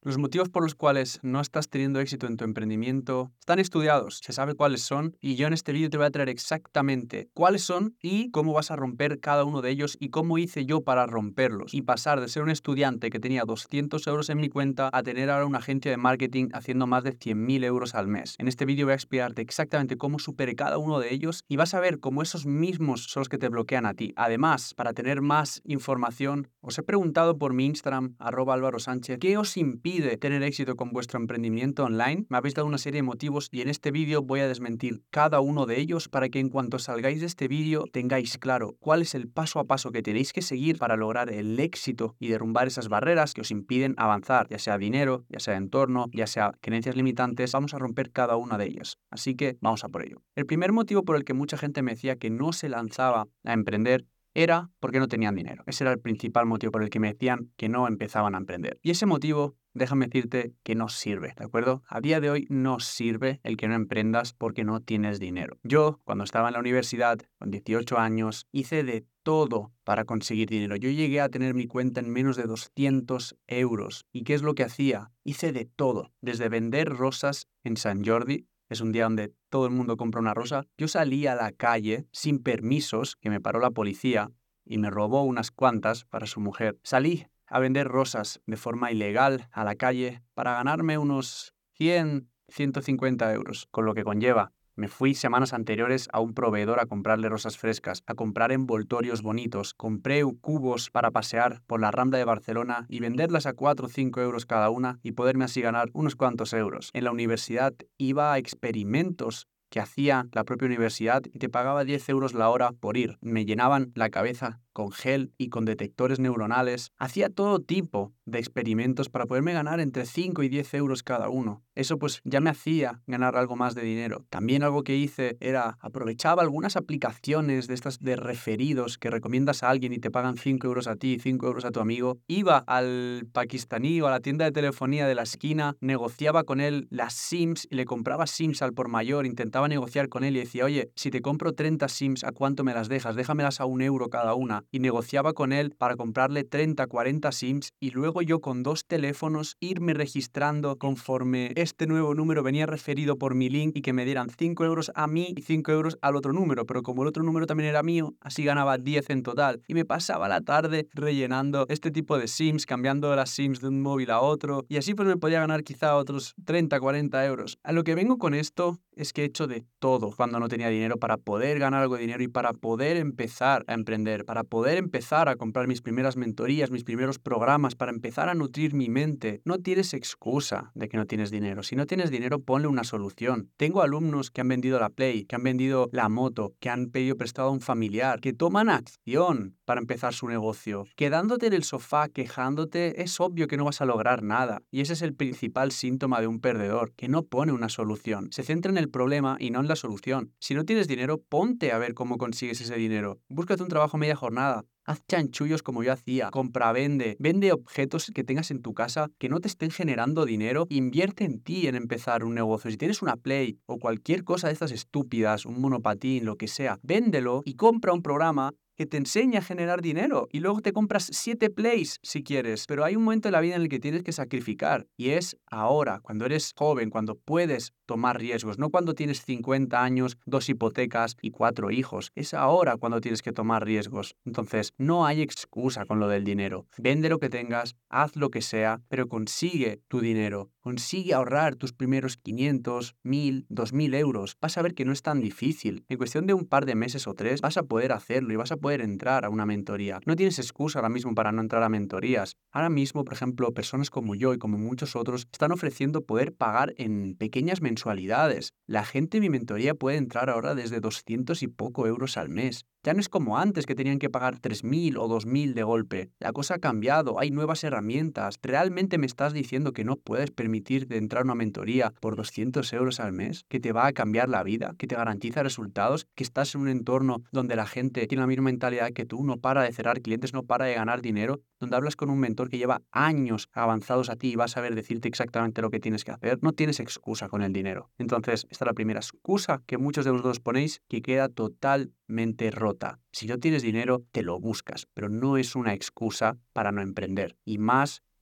Los motivos por los cuales no estás teniendo éxito en tu emprendimiento están estudiados, se sabe cuáles son y yo en este vídeo te voy a traer exactamente cuáles son y cómo vas a romper cada uno de ellos y cómo hice yo para romperlos y pasar de ser un estudiante que tenía 200 euros en mi cuenta a tener ahora una agencia de marketing haciendo más de 100.000 euros al mes. En este vídeo voy a explicarte exactamente cómo superé cada uno de ellos y vas a ver cómo esos mismos son los que te bloquean a ti. Además, para tener más información, os he preguntado por mi Instagram, @AlvaroSánchez, ¿qué os impide tener éxito con vuestro emprendimiento online? Me habéis dado una serie de motivos y en este vídeo voy a desmentir cada uno de ellos para que en cuanto salgáis de este vídeo tengáis claro cuál es el paso a paso que tenéis que seguir para lograr el éxito y derrumbar esas barreras que os impiden avanzar, ya sea dinero, ya sea entorno, ya sea creencias limitantes. Vamos a romper cada una de ellas. Así que vamos a por ello. El primer motivo por el que mucha gente me decía que no se lanzaba a emprender era porque no tenían dinero. Ese era el principal motivo por el que me decían que no empezaban a emprender. Y ese motivo, déjame decirte que no sirve, ¿de acuerdo? A día de hoy no sirve el que no emprendas porque no tienes dinero. Yo, cuando estaba en la universidad, con 18 años, hice de todo para conseguir dinero. Yo llegué a tener mi cuenta en menos de 200 euros. ¿Y qué es lo que hacía? Hice de todo, desde vender rosas en San Jordi. Es un día donde todo el mundo compra una rosa. Yo salí a la calle sin permisos, que me paró la policía y me robó unas cuantas para su mujer. Salí a vender rosas de forma ilegal a la calle para ganarme unos 100, 150 euros, con lo que conlleva. Me fui semanas anteriores a un proveedor a comprarle rosas frescas, a comprar envoltorios bonitos, compré cubos para pasear por la Rambla de Barcelona y venderlas a 4 o 5 euros cada una y poderme así ganar unos cuantos euros. En la universidad iba a experimentos que hacía la propia universidad y te pagaba 10 euros la hora por ir. Me llenaban la cabeza con gel y con detectores neuronales. Hacía todo tipo de experimentos para poderme ganar entre 5 y 10 euros cada uno. Eso pues ya me hacía ganar algo más de dinero. También algo que hice era aprovechaba algunas aplicaciones de estas de referidos que recomiendas a alguien y te pagan 5 euros a ti y 5 euros a tu amigo. Iba al pakistaní o a la tienda de telefonía de la esquina, negociaba con él las SIMs y le compraba SIMs al por mayor, intentaba negociar con él y decía, oye, si te compro 30 SIMs, ¿a cuánto me las dejas? Déjamelas a 1 euro cada una. Y negociaba con él para comprarle 30, 40 SIMs y luego yo con 2 teléfonos irme registrando conforme este nuevo número venía referido por mi link y que me dieran 5 euros a mí y 5 euros al otro número, pero como el otro número también era mío, así ganaba 10 en total y me pasaba la tarde rellenando este tipo de SIMs, cambiando las SIMs de un móvil a otro y así pues me podía ganar quizá otros 30, 40 euros. A lo que vengo con esto es que he hecho de todo cuando no tenía dinero para poder ganar algo de dinero y para poder empezar a emprender, para poder empezar a comprar mis primeras mentorías, mis primeros programas, para empezar a nutrir mi mente. No tienes excusa de que no tienes dinero. Si no tienes dinero, ponle una solución. Tengo alumnos que han vendido la Play, que han vendido la moto, que han pedido prestado a un familiar, que toman acción para empezar su negocio. Quedándote en el sofá quejándote, es obvio que no vas a lograr nada. Y ese es el principal síntoma de un perdedor, que no pone una solución. Se centra en el problema y no en la solución. Si no tienes dinero, ponte a ver cómo consigues ese dinero. Búscate un trabajo media jornada. Haz chanchullos como yo hacía, compra-vende, vende objetos que tengas en tu casa que no te estén generando dinero, invierte en ti en empezar un negocio. Si tienes una Play o cualquier cosa de estas estúpidas, un monopatín, lo que sea, véndelo y compra un programa que te enseña a generar dinero y luego te compras 7 plays si quieres, pero hay un momento en la vida en el que tienes que sacrificar y es ahora, cuando eres joven, cuando puedes tomar riesgos, no cuando tienes 50 años, 2 hipotecas y 4 hijos, es ahora cuando tienes que tomar riesgos. Entonces, no hay excusa con lo del dinero. Vende lo que tengas, haz lo que sea, pero consigue tu dinero. Consigue ahorrar tus primeros 500, 1000, 2000 euros. Vas a ver que no es tan difícil. En cuestión de un par de meses o 3 vas a poder hacerlo y vas a poder entrar a una mentoría. No tienes excusa ahora mismo para no entrar a mentorías. Ahora mismo, por ejemplo, personas como yo y como muchos otros están ofreciendo poder pagar en pequeñas mensualidades. La gente en mi mentoría puede entrar ahora desde 200 y poco euros al mes. Ya no es como antes que tenían que pagar 3000 o 2000 de golpe. La cosa ha cambiado, hay nuevas herramientas. ¿Realmente me estás diciendo que no puedes permitirte entrar a una mentoría por 200 euros al mes? ¿Que te va a cambiar la vida? ¿Que te garantiza resultados? ¿Que estás en un entorno donde la gente tiene la misma mentalidad que tú, no para de cerrar clientes, no para de ganar dinero? Donde hablas con un mentor que lleva años avanzados a ti y va a saber decirte exactamente lo que tienes que hacer. No tienes excusa con el dinero. Entonces, esta es la primera excusa que muchos de vosotros ponéis que queda totalmente rota. Si no tienes dinero, te lo buscas, pero no es una excusa para no emprender. Y más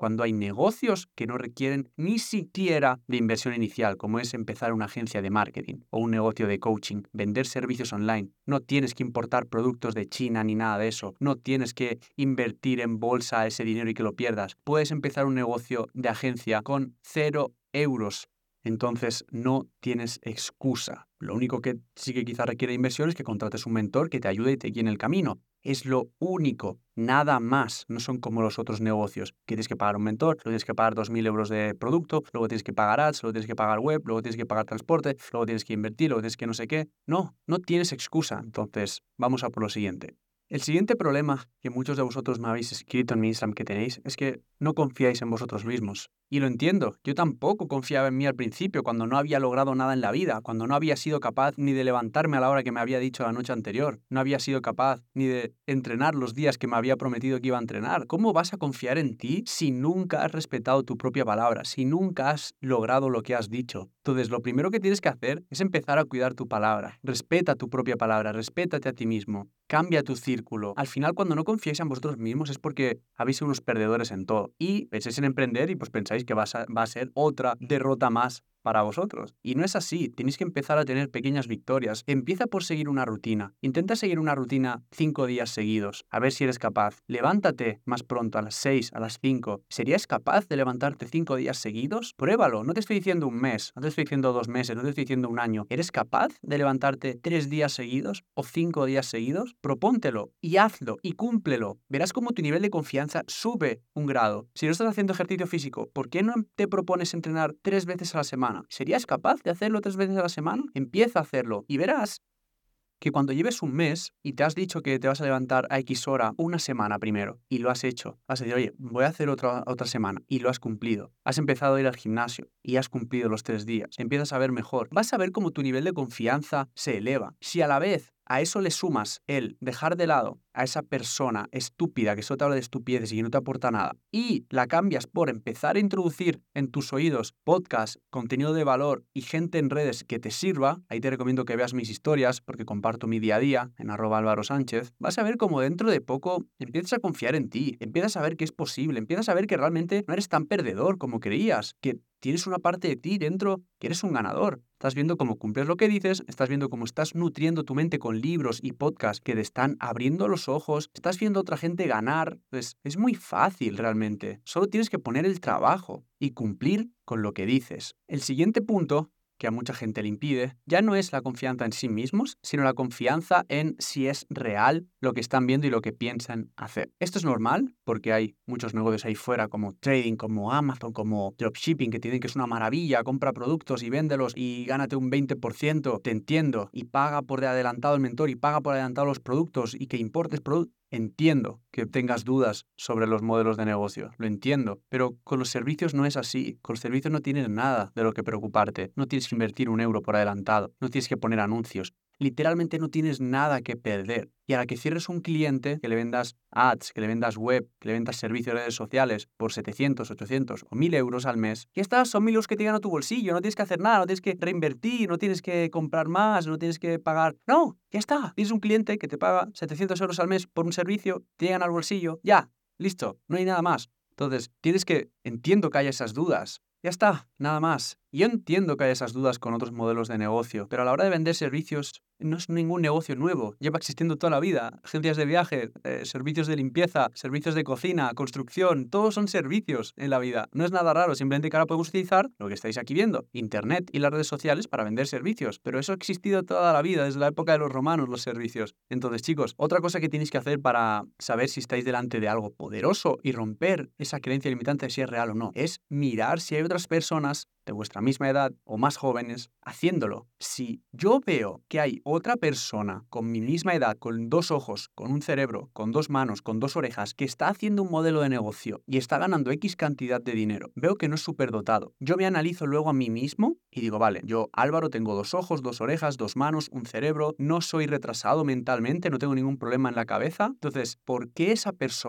cuando hay negocios que no requieren ni siquiera de inversión inicial, como es empezar una agencia de marketing o un negocio de coaching, vender servicios online. No tienes que importar productos de China ni nada de eso. No tienes que invertir en bolsa ese dinero y que lo pierdas. Puedes empezar un negocio de agencia con 0 euros. Entonces no tienes excusa. Lo único que sí que quizás requiere inversión es que contrates un mentor que te ayude y te guíe en el camino. Es lo único, nada más. No son como los otros negocios, que tienes que pagar un mentor, luego tienes que pagar 2.000 euros de producto, luego tienes que pagar ads, luego tienes que pagar web, luego tienes que pagar transporte, luego tienes que invertir, luego tienes que no sé qué. No, no tienes excusa. Entonces, vamos a por lo siguiente. El siguiente problema que muchos de vosotros me habéis escrito en mi Instagram que tenéis es que no confiáis en vosotros mismos. Y lo entiendo, yo tampoco confiaba en mí al principio, cuando no había logrado nada en la vida, cuando no había sido capaz ni de levantarme a la hora que me había dicho la noche anterior, no había sido capaz ni de entrenar los días que me había prometido que iba a entrenar. ¿Cómo vas a confiar en ti si nunca has respetado tu propia palabra, si nunca has logrado lo que has dicho? Entonces, lo primero que tienes que hacer es empezar a cuidar tu palabra. Respeta tu propia palabra, respétate a ti mismo. Cambia tu círculo. Al final, cuando no confiáis en vosotros mismos es porque habéis sido unos perdedores en todo. Y pensáis en emprender y pues pensáis que va a ser otra derrota más para vosotros. Y no es así, tenéis que empezar a tener pequeñas victorias. Empieza por seguir una rutina. Intenta seguir una rutina 5 días seguidos, a ver si eres capaz. Levántate más pronto, a las 6, a las 5. ¿Serías capaz de levantarte 5 días seguidos? Pruébalo, no te estoy diciendo un mes, no te estoy diciendo 2 meses, no te estoy diciendo un año. ¿Eres capaz de levantarte 3 días seguidos o 5 días seguidos? Propóntelo y hazlo y cúmplelo. Verás cómo tu nivel de confianza sube un grado. Si no estás haciendo ejercicio físico, ¿por qué no te propones entrenar 3 veces a la semana? ¿Serías capaz de hacerlo 3 veces a la semana? Empieza a hacerlo y verás que cuando lleves un mes y te has dicho que te vas a levantar a X hora una semana primero y lo has hecho, vas a decir, oye, voy a hacer otra semana y lo has cumplido. Has empezado a ir al gimnasio y has cumplido los 3 días. Empiezas a ver mejor. Vas a ver cómo tu nivel de confianza se eleva. Si a la vez a eso le sumas el dejar de lado a esa persona estúpida que solo te habla de estupideces y que no te aporta nada y la cambias por empezar a introducir en tus oídos podcast, contenido de valor y gente en redes que te sirva, ahí te recomiendo que veas mis historias porque comparto mi día a día en @AlvaroSánchez, vas a ver cómo dentro de poco empiezas a confiar en ti, empiezas a ver que es posible, empiezas a ver que realmente no eres tan perdedor como creías, que tienes una parte de ti dentro que eres un ganador. Estás viendo cómo cumples lo que dices, estás viendo cómo estás nutriendo tu mente con libros y podcasts que te están abriendo los ojos, estás viendo a otra gente ganar. Pues es muy fácil realmente. Solo tienes que poner el trabajo y cumplir con lo que dices. El siguiente punto que a mucha gente le impide, ya no es la confianza en sí mismos, sino la confianza en si es real lo que están viendo y lo que piensan hacer. Esto es normal porque hay muchos negocios ahí fuera como trading, como Amazon, como dropshipping, que te dicen que es una maravilla, compra productos y véndelos y gánate un 20%, te entiendo, y paga por adelantado el mentor y paga por adelantado los productos y que importes productos. Entiendo que tengas dudas sobre los modelos de negocio, lo entiendo, pero con los servicios no es así. Con los servicios no tienes nada de lo que preocuparte, no tienes que invertir 1 euro por adelantado, no tienes que poner anuncios. Literalmente no tienes nada que perder. Y a la que cierres un cliente, que le vendas ads, que le vendas web, que le vendas servicios de redes sociales por 700, 800 o 1.000 euros al mes, ya está, son 1.000 euros que te llegan a tu bolsillo, no tienes que hacer nada, no tienes que reinvertir, no tienes que comprar más, no tienes que pagar. No, ya está. Tienes un cliente que te paga 700 euros al mes por un servicio, te llegan al bolsillo, ya, listo, no hay nada más. Entonces, entiendo que haya esas dudas. Ya está, nada más. Yo entiendo que hay esas dudas con otros modelos de negocio, pero a la hora de vender servicios no es ningún negocio nuevo. Lleva existiendo toda la vida. Agencias de viaje, servicios de limpieza, servicios de cocina, construcción, todos son servicios en la vida. No es nada raro, simplemente que ahora podemos utilizar lo que estáis aquí viendo, Internet y las redes sociales para vender servicios. Pero eso ha existido toda la vida, desde la época de los romanos, los servicios. Entonces, chicos, otra cosa que tenéis que hacer para saber si estáis delante de algo poderoso y romper esa creencia limitante de si es real o no, es mirar si hay otras personas de vuestra misma edad o más jóvenes haciéndolo. Si yo veo que hay otra persona con mi misma edad, con 2 ojos, con un cerebro, con 2 manos, con 2 orejas, que está haciendo un modelo de negocio y está ganando X cantidad de dinero, veo que no es superdotado. Yo me analizo luego a mí mismo y digo, vale, yo, Álvaro, tengo 2 ojos, 2 orejas, 2 manos, un cerebro, no soy retrasado mentalmente, no tengo ningún problema en la cabeza. Entonces, ¿por qué esa persona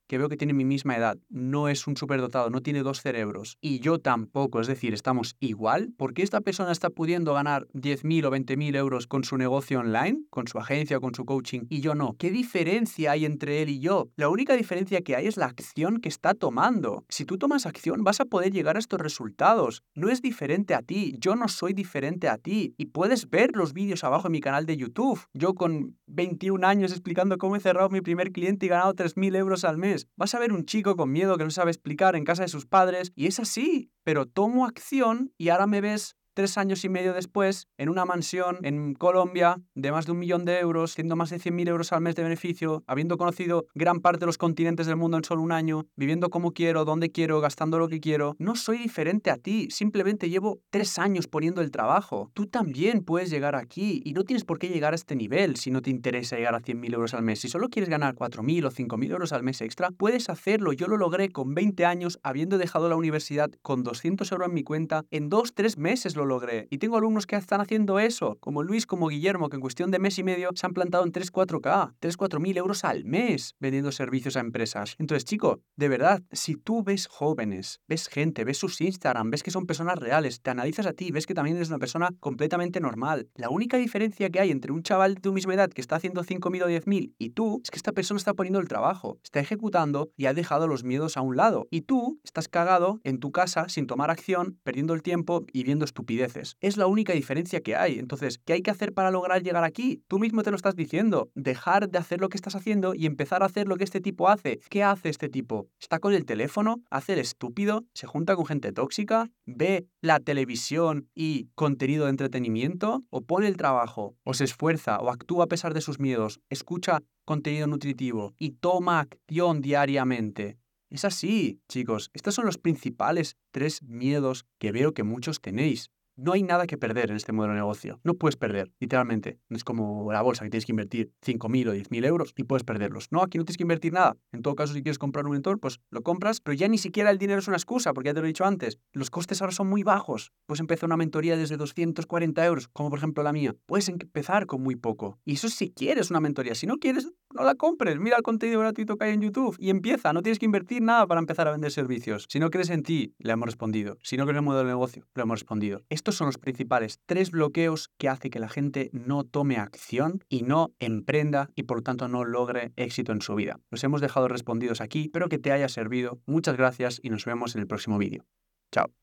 que veo que tiene mi misma edad, no es un superdotado, no tiene 2 cerebros, y yo tampoco, es decir, estamos igual, ¿por qué esta persona está pudiendo ganar 10.000 o 20.000 euros con su negocio online, con su agencia o con su coaching, y yo no? ¿Qué diferencia hay entre él y yo? La única diferencia que hay es la acción que está tomando. Si tú tomas acción, vas a poder llegar a estos resultados. No es diferente a ti, yo no soy diferente a ti, y puedes ver los vídeos abajo en mi canal de YouTube. Yo con 21 años explicando cómo he cerrado mi primer cliente y ganado 3.000 euros al mes. Vas a ver un chico con miedo que no sabe explicar en casa de sus padres, y es así, pero tomo acción y ahora me ves 3 años y medio después, en una mansión en Colombia de más de 1.000.000 de euros, haciendo más de 100.000 euros al mes de beneficio, habiendo conocido gran parte de los continentes del mundo en solo un año, viviendo como quiero, donde quiero, gastando lo que quiero. No soy diferente a ti, simplemente llevo 3 años poniendo el trabajo. Tú también puedes llegar aquí y no tienes por qué llegar a este nivel si no te interesa llegar a 100.000 euros al mes. Si solo quieres ganar 4.000 o 5.000 euros al mes extra, puedes hacerlo. Yo lo logré con 20 años, habiendo dejado la universidad con 200 euros en mi cuenta. En 2-3 meses lo logré. Y tengo alumnos que están haciendo eso, como Luis, como Guillermo, que en cuestión de mes y medio se han plantado en 3-4K, 3-4.000 euros al mes vendiendo servicios a empresas. Entonces, chico, de verdad, si tú ves jóvenes, ves gente, ves sus Instagram, ves que son personas reales, te analizas a ti, ves que también eres una persona completamente normal. La única diferencia que hay entre un chaval de tu misma edad que está haciendo 5.000 o 10.000 y tú, es que esta persona está poniendo el trabajo, está ejecutando y ha dejado los miedos a un lado. Y tú estás cagado en tu casa sin tomar acción, perdiendo el tiempo y viendo estupideces. Es la única diferencia que hay. Entonces, ¿qué hay que hacer para lograr llegar aquí? Tú mismo te lo estás diciendo. Dejar de hacer lo que estás haciendo y empezar a hacer lo que este tipo hace. ¿Qué hace este tipo? Está con el teléfono, hace el estúpido, se junta con gente tóxica, ve la televisión y contenido de entretenimiento, o pone el trabajo, o se esfuerza, o actúa a pesar de sus miedos, escucha contenido nutritivo y toma acción diariamente. Es así, chicos. Estos son los principales 3 miedos que veo que muchos tenéis. No hay nada que perder en este modelo de negocio. No puedes perder, literalmente. No es como la bolsa, que tienes que invertir 5.000 o 10.000 euros y puedes perderlos. No, aquí no tienes que invertir nada. En todo caso, si quieres comprar un mentor, pues lo compras, pero ya ni siquiera el dinero es una excusa, porque ya te lo he dicho antes. Los costes ahora son muy bajos. Puedes empezar una mentoría desde 240 euros, como por ejemplo la mía. Puedes empezar con muy poco. Y eso si quieres una mentoría. Si no quieres, no la compres. Mira el contenido gratuito que hay en YouTube y empieza. No tienes que invertir nada para empezar a vender servicios. Si no crees en ti, le hemos respondido. Si no crees en el modelo de negocio, le hemos respondido. Estos son los principales 3 bloqueos que hace que la gente no tome acción y no emprenda y por lo tanto no logre éxito en su vida. Los hemos dejado respondidos aquí. Espero que te haya servido. Muchas gracias y nos vemos en el próximo vídeo. Chao.